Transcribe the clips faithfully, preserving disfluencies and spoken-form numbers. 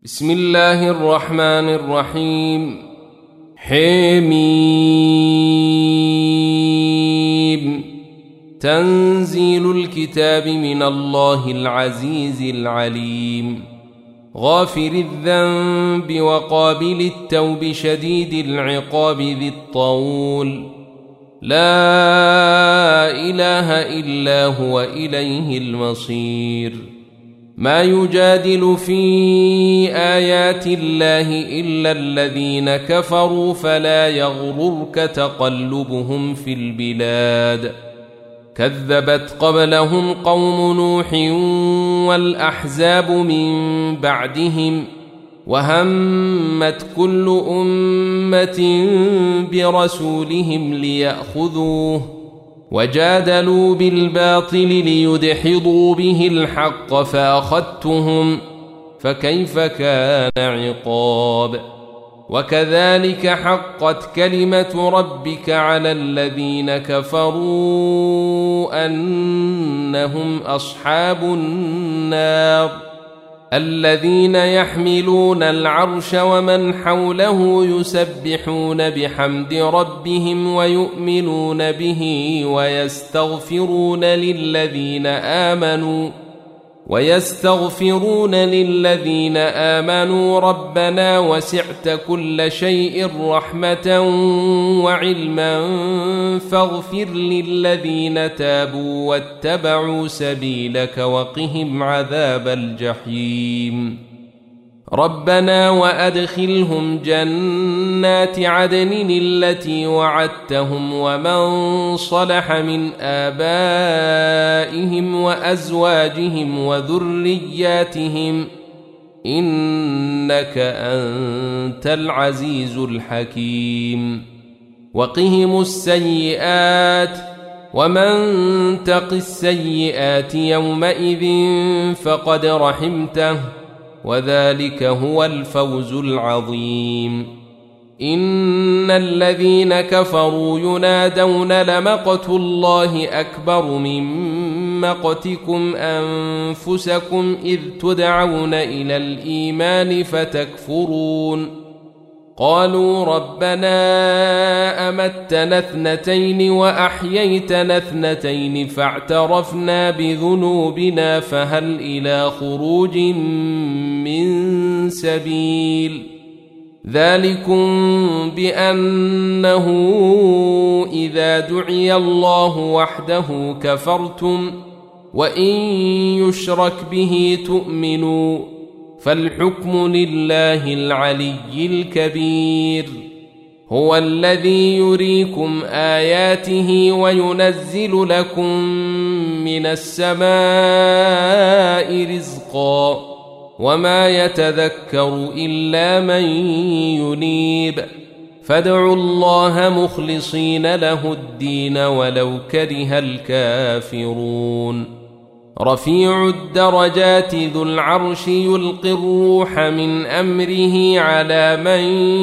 بسم الله الرحمن الرحيم. حميم. تنزيل الكتاب من الله العزيز العليم، غافر الذنب وقابل التوب شديد العقاب ذي الطول، لا إله إلا هو إليه المصير. ما يجادل في آيات الله إلا الذين كفروا فلا يغررك تقلبهم في البلاد. كذبت قبلهم قوم نوح والأحزاب من بعدهم، وهمت كل أمة برسولهم ليأخذوه، وجادلوا بالباطل ليدحضوا به الحق فأخذتهم، فكيف كان عقاب. وكذلك حقت كلمة ربك على الذين كفروا أنهم أصحاب النار، الذين يحملون العرش ومن حوله يسبحون بحمد ربهم ويؤمنون به ويستغفرون للذين آمنوا ويستغفرون للذين آمنوا ربنا وسعت كل شيء رحمة وعلما فاغفر للذين تابوا واتبعوا سبيلك وقهم عذاب الجحيم. ربنا وأدخلهم جنات عدن التي وعدتهم ومن صلح من آبائهم وأزواجهم وذرياتهم إنك أنت العزيز الحكيم. وقهم السيئات ومن تق السيئات يومئذ فقد رحمته، وذلك هو الفوز العظيم. إن الذين كفروا ينادون لمقت الله أكبر من مقتكم أنفسكم إذ تدعون إلى الإيمان فتكفرون. قالوا ربنا أمتنا اثنتين وأحييتنا اثنتين فاعترفنا بذنوبنا فهل إلى خروج من سبيل. ذلكم بأنه إذا دعي الله وحده كفرتم وإن يشرك به تؤمنوا، فالحكم لله العلي الكبير. هو الذي يريكم آياته وينزل لكم من السماء رزقا، وما يتذكر إلا من ينيب. فادعوا الله مخلصين له الدين ولو كره الكافرون. رفيع الدرجات ذو العرش يلقي الروح من أمره على من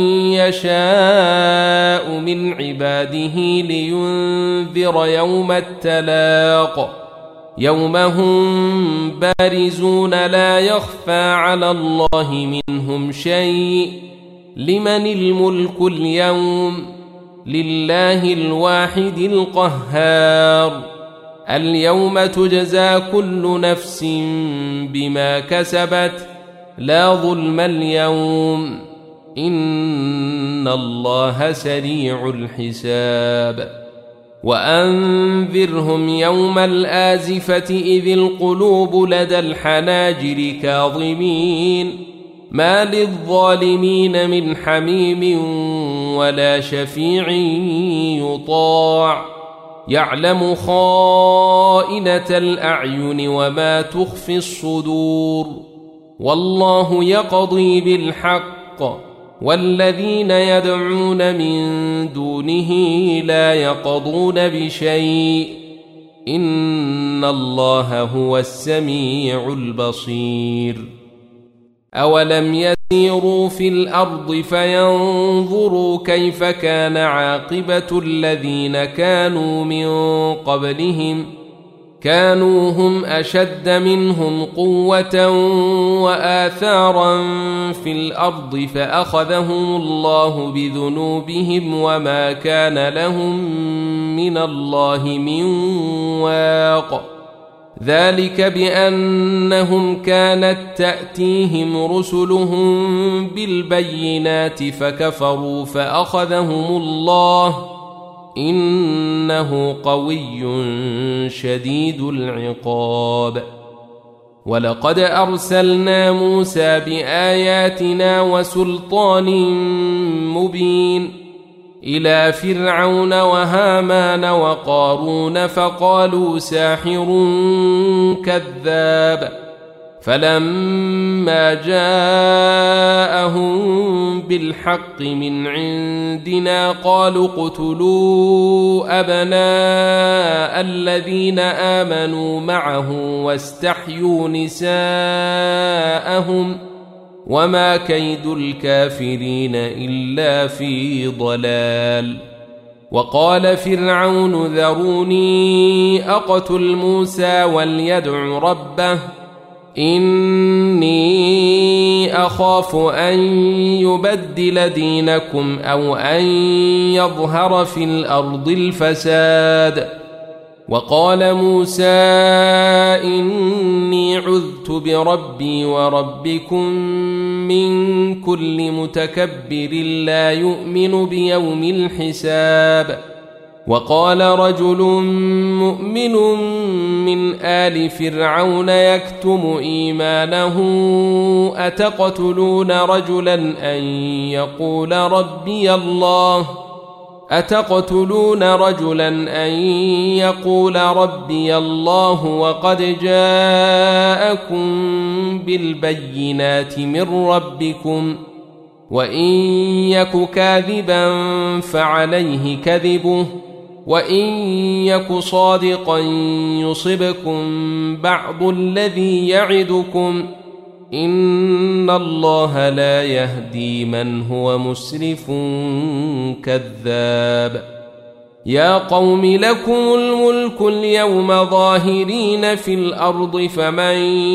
يشاء من عباده لينذر يوم التلاق، يوم هم بارزون لا يخفى على الله منهم شيء. لمن الملك اليوم؟ لله الواحد القهار. اليوم تجزى كل نفس بما كسبت، لا ظلم اليوم، إن الله سريع الحساب. وأنذرهم يوم الآزفة إذ القلوب لدى الحناجر كاظمين، ما للظالمين من حميم ولا شفيع يطاع، يعلم خائنة الأعين وما تخفي الصدور. والله يقضي بالحق، والذين يدعون من دونه لا يقضون بشيء، إن الله هو السميع البصير. أولم يسيروا في الأرض فينظروا كيف كان عاقبة الذين كانوا من قبلهم، كانوا هم أشد منهم قوة وآثارا في الأرض فأخذهم الله بذنوبهم وما كان لهم من الله من واق ذلك بأنهم كانت تأتيهم رسلهم بالبينات فكفروا فأخذهم الله إنه قوي شديد العقاب. ولقد أرسلنا موسى بآياتنا وسلطان مبين إلى فرعون وهامان وقارون فقالوا ساحر كذاب فلما جاءهم بالحق من عندنا قالوا اقتلوا أبناء الذين آمنوا معه واستحيوا نساءهم وما كيد الكافرين إلا في ضلال. وقال فرعون ذروني أقتل موسى وليدع ربه إني أخاف أن يبدل دينكم أو أن يظهر في الأرض الفساد. وقال موسى إني عذت بربي وربكم من كل متكبر لا يؤمن بيوم الحساب. وقال رجل مؤمن من آل فرعون يكتم إيمانه أتقتلون رجلا أن يقول ربي الله أتقتلون رجلا أن يقول ربي الله وقد جاءكم بالبينات من ربكم وإن يك كاذبا فعليه كذبه وإن يك صادقا يصبكم بعض الذي يعدكم إن الله لا يهدي من هو مسرف كذاب. يا قوم لكم الملك اليوم ظاهرين في الأرض فمن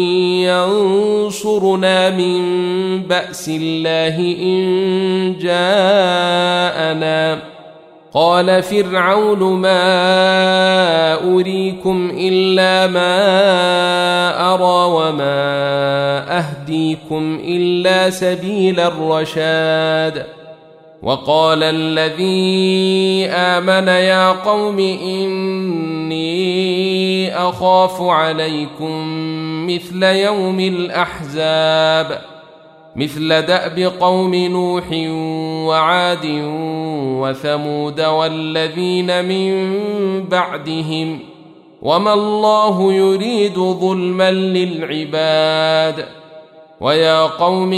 ينصرنا من بأس الله إن جاءنا. قال فرعون ما أريكم إلا ما أرى وما أهديكم إلا سبيل الرشاد. وقال الذي آمن يا قوم إني أخاف عليكم مثل يوم الأحزاب مثل دأب قوم نوح وعاد وثمود والذين من بعدهم وما الله يريد ظلما للعباد. ويا قوم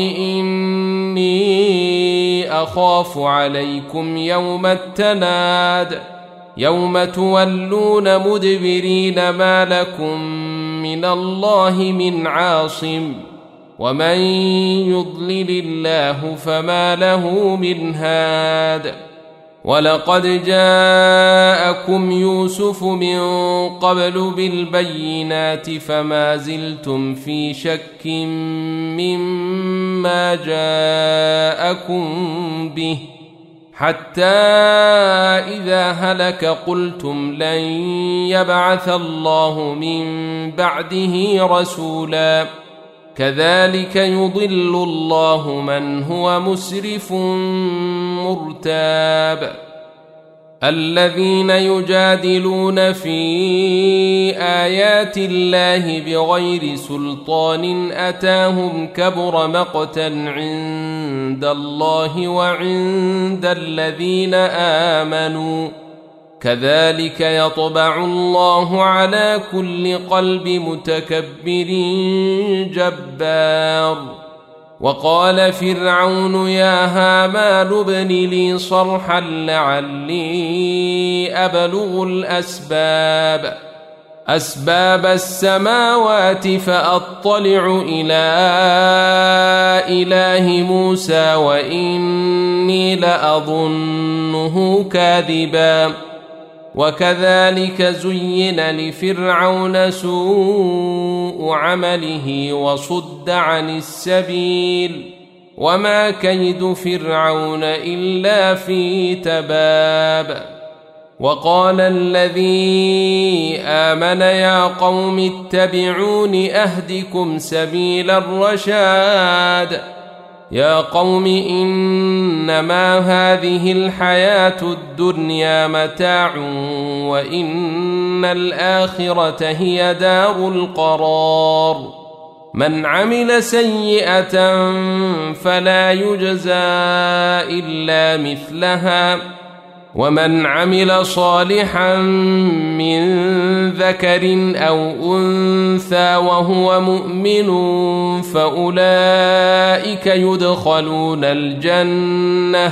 إني أخاف عليكم يوم التناد يوم تولون مدبرين ما لكم من الله من عاصم ومن يضلل الله فما له من هاد. ولقد جاءكم يوسف من قبل بالبينات فما زلتم في شك مما جاءكم به حتى إذا هلك قلتم لن يبعث الله من بعده رسولا كذلك يضل الله من هو مسرف مرتاب. الذين يجادلون في آيات الله بغير سلطان أتاهم كبر مقتا عند الله وعند الذين آمنوا كذلك يطبع الله على كل قلب متكبر جبار. وقال فرعون يا هامان ابن لي صرحا لعلي أبلغ الأسباب أسباب السماوات فأطلع إلى إله موسى وإني لأظنه كاذبا وكذلك زين لفرعون سوء عمله وصد عن السبيل وما كيد فرعون إلا في تباب. وقال الذي آمن يا قوم اتبعون أهدكم سبيل الرشاد. يا قوم إنما هذه الحياة الدنيا متاع وإن الآخرة هي دار القرار. من عمل سيئة فلا يجزى إلا مثلها ومن عمل صالحا من ذكر أو أنثى وهو مؤمن فأولئك يدخلون الجنة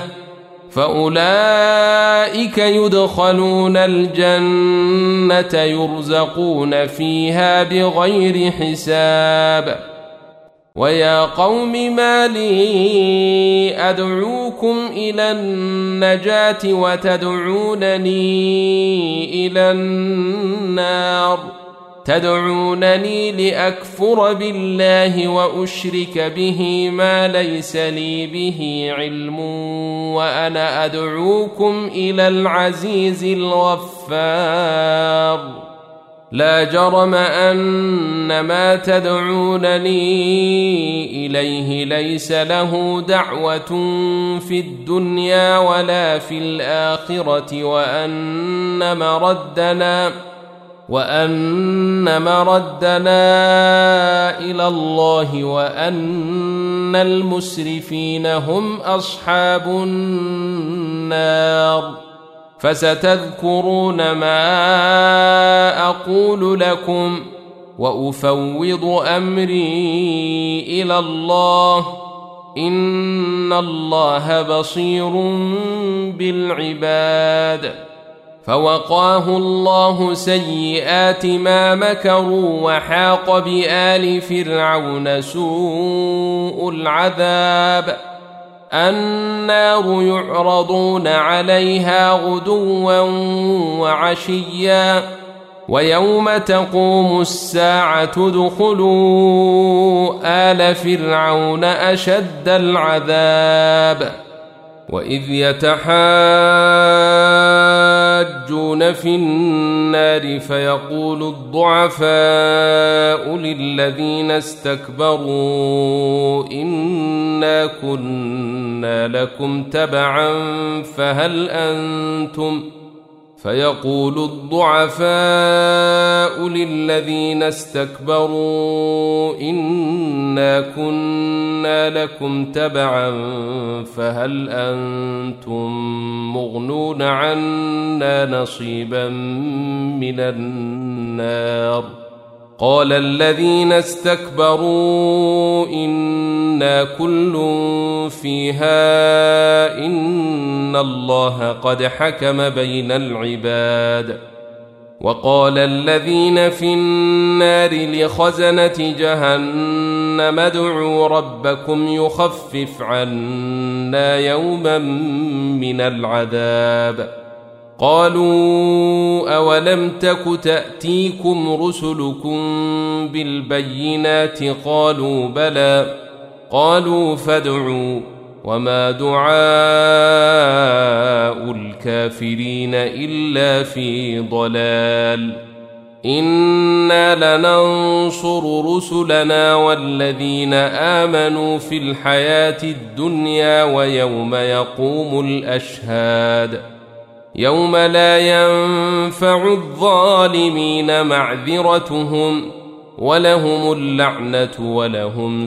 فأولئك يدخلون الجنة يرزقون فيها بغير حساب. ويا قوم ما لي أدعوكم إلى النجاة وتدعونني إلى النار تدعونني لأكفر بالله وأشرك به ما ليس لي به علم وأنا أدعوكم إلى العزيز الغفار. لا جرم أن ما تدعونني إليه ليس له دعوة في الدنيا ولا في الآخرة وأن مردنا وأن مردنا إلى الله وأن المسرفين هم أصحاب النار. فستذكرون ما أقول لكم وأفوض أمري إلى الله إن الله بصير بالعباد. فوقاه الله سيئات ما مكروا وحاق بآل فرعون سوء العذاب. النار يعرضون عليها غدوا وعشيا ويوم تقوم الساعة ادخلوا آل فرعون أشد العذاب. وإذ يتحاجون في النار فيقول الضعفاء للذين استكبروا إنا كنا لكم تبعا فهل أنتم فيقول الضعفاء للذين استكبروا إنا كنا لكم تبعا فهل أنتم مغنون عنا نصيبا من النار. قال الذين استكبروا إنا كل فيها إن الله قد حكم بين العباد. وقال الذين في النار لخزنة جهنم ادعوا ربكم يخفف عنا يوما من العذاب. قالوا أولم تك تأتيكم رسلكم بالبينات قالوا بلى قالوا فادعوا وما دعاء الكافرين إلا في ضلال. إنا لننصر رسلنا والذين آمنوا في الحياة الدنيا ويوم يقوم الأشهاد يوم لا ينفع الظالمين معذرتهم ولهم اللعنة ولهم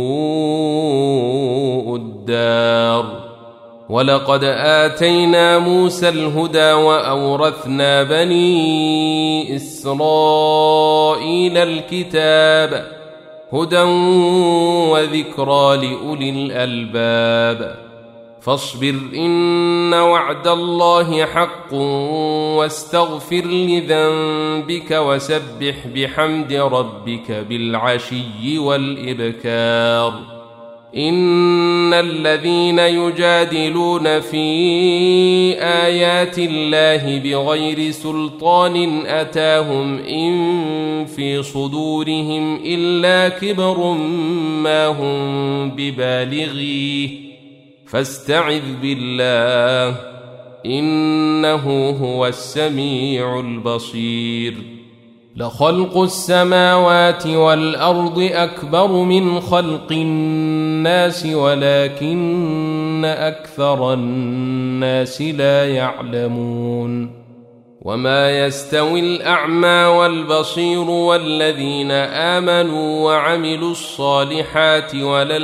سوء الدار. ولقد آتينا موسى الهدى وأورثنا بني إسرائيل الكتاب هدى وذكرى لأولي الألباب. فاصبر إن وعد الله حق واستغفر لذنبك وسبح بحمد ربك بالعشي والإبكار. إن الذين يجادلون في آيات الله بغير سلطان أتاهم إن في صدورهم إلا كبر ما هم ببالغيه فاستعذ بالله إنه هو السميع البصير. لخلق السماوات والأرض أكبر من خلق الناس ولكن أكثر الناس لا يعلمون. وما يستوي الأعمى والبصير والذين آمنوا وعملوا الصالحات ولا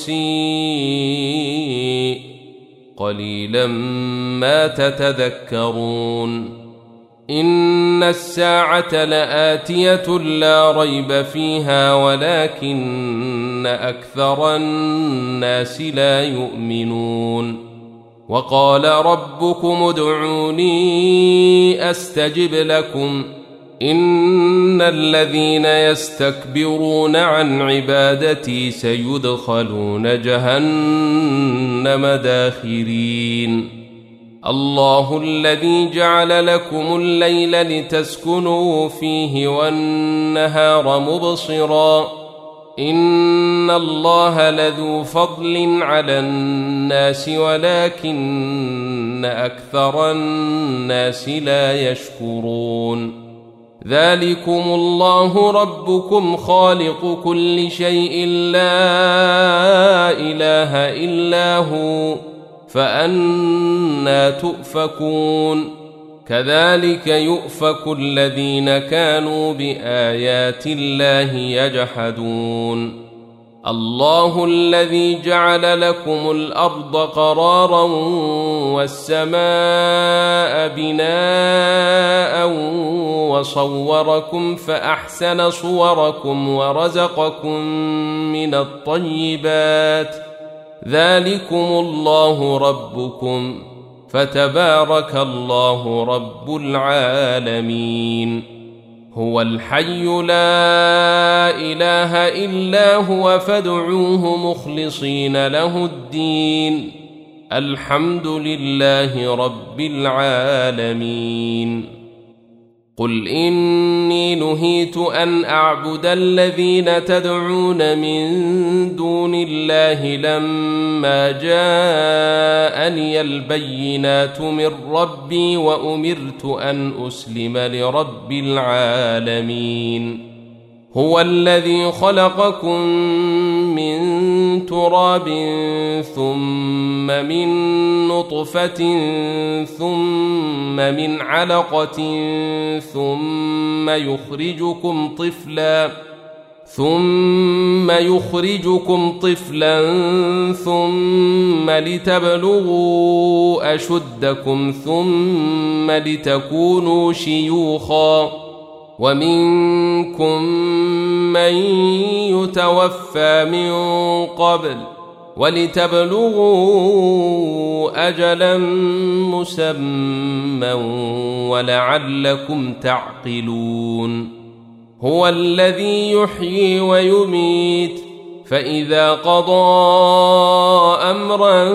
المسيء قليلا ما تتذكرون. إن الساعة لآتية لا ريب فيها ولكن أكثر الناس لا يؤمنون. وقال ربكم ادعوني أستجب لكم إن الذين يستكبرون عن عبادتي سيدخلون جهنم داخرين. الله الذي جعل لكم الليل لتسكنوا فيه والنهار مبصرا إن الله لذو فضل على الناس ولكن أكثر الناس لا يشكرون. ذلكم الله ربكم خالق كل شيء لا إله إلا هو فأنى تؤفكون. كذلك يؤفك الذين كانوا بآيات الله يجحدون. الله الذي جعل لكم الأرض قرارا والسماء بناء وصوركم فأحسن صوركم ورزقكم من الطيبات ذلكم الله ربكم فتبارك الله رب العالمين. هو الحي لا إله إلا هو فادعوه مخلصين له الدين الحمد لله رب العالمين. قل إني نهيت أن أعبد الذين تدعون من دون الله لما جاءني البينات من ربي وأمرت أن أسلم لرب العالمين. هو الذي خلقكم من تراب ثم من نطفة ثم من علقة ثم يخرجكم طفلا ثم يخرجكم طفلا ثم لتبلغوا أشدكم ثم لتكونوا شيوخا ومنكم من يتوفى من قبل ولتبلغوا أجلا مسمى ولعلكم تعقلون. هو الذي يحيي ويميت فإذا قضى أمرا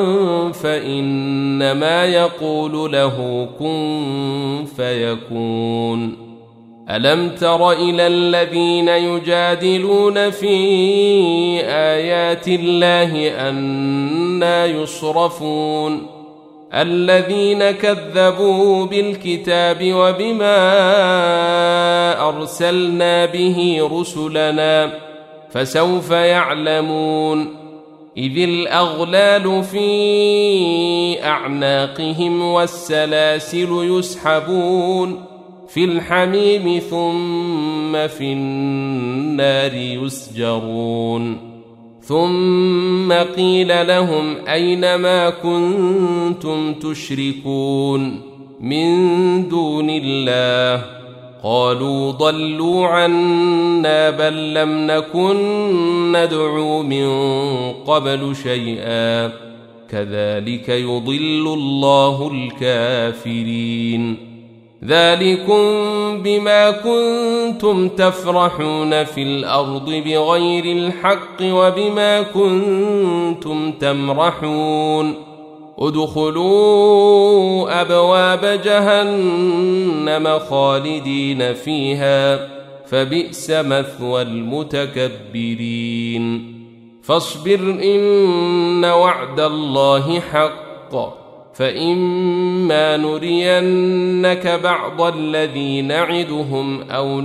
فإنما يقول له كن فيكون. ألم تر إلى الذين يجادلون في آيات الله أنى يصرفون الذين كذبوا بالكتاب وبما أرسلنا به رسلنا فسوف يعلمون. إذ الأغلال في أعناقهم والسلاسل يسحبون في الحميم ثم في النار يسجرون. ثم قيل لهم أين ما كنتم تشركون من دون الله قالوا ضلوا عنا بل لم نكن ندعو من قبل شيئا كذلك يضل الله الكافرين. ذلكم بما كنتم تفرحون في الأرض بغير الحق وبما كنتم تمرحون ادخلوا أبواب جهنم خالدين فيها فبئس مثوى المتكبرين فاصبر إن وعد الله حق فإما نرينك بعض الذي نعدهم أو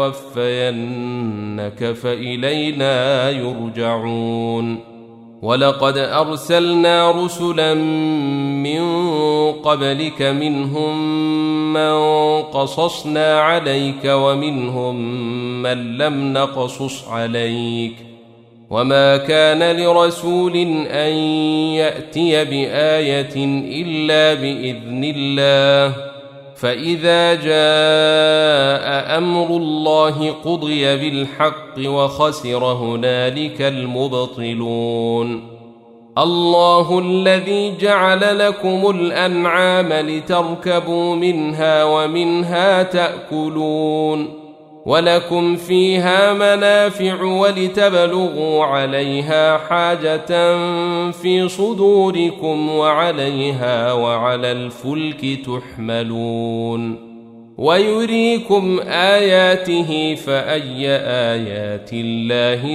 نتوفينك فإلينا يرجعون ولقد أرسلنا رسلا من قبلك منهم من قصصنا عليك ومنهم من لم نقصص عليك وما كان لرسول أن يأتي بآية إلا بإذن الله فإذا جاء أمر الله قضي بالحق وخسر هنالك المبطلون الله الذي جعل لكم الأنعام لتركبوا منها ومنها تأكلون ولكم فيها منافع ولتبلغوا عليها حاجة في صدوركم وعليها وعلى الفلك تحملون ويريكم آياته فأي آيات الله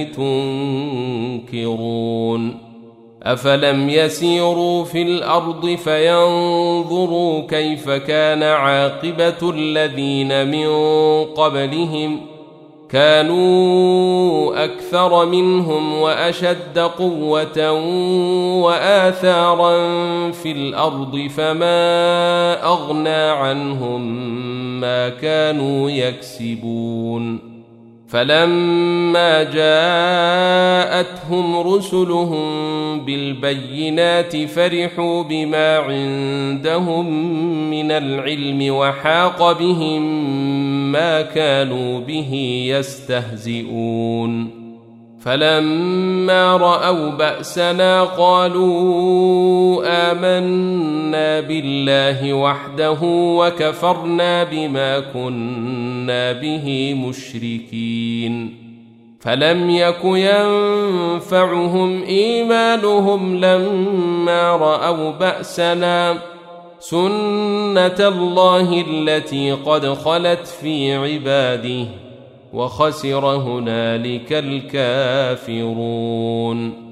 تنكرون أفلم يسيروا في الأرض فينظروا كيف كان عاقبة الذين من قبلهم كانوا أكثر منهم وأشد قوة وآثارا في الأرض فما أغنى عنهم ما كانوا يكسبون فلما جاءتهم رسلهم بالبينات فرحوا بما عندهم من العلم وحاق بهم ما كانوا به يستهزئون فلما رأوا بأسنا قالوا آمنا بالله وحده وكفرنا بما كنا به مشركين فلم يك ينفعهم إيمانهم لما رأوا بأسنا سنة الله التي قد خلت في عباده وخسر هنالك الكافرون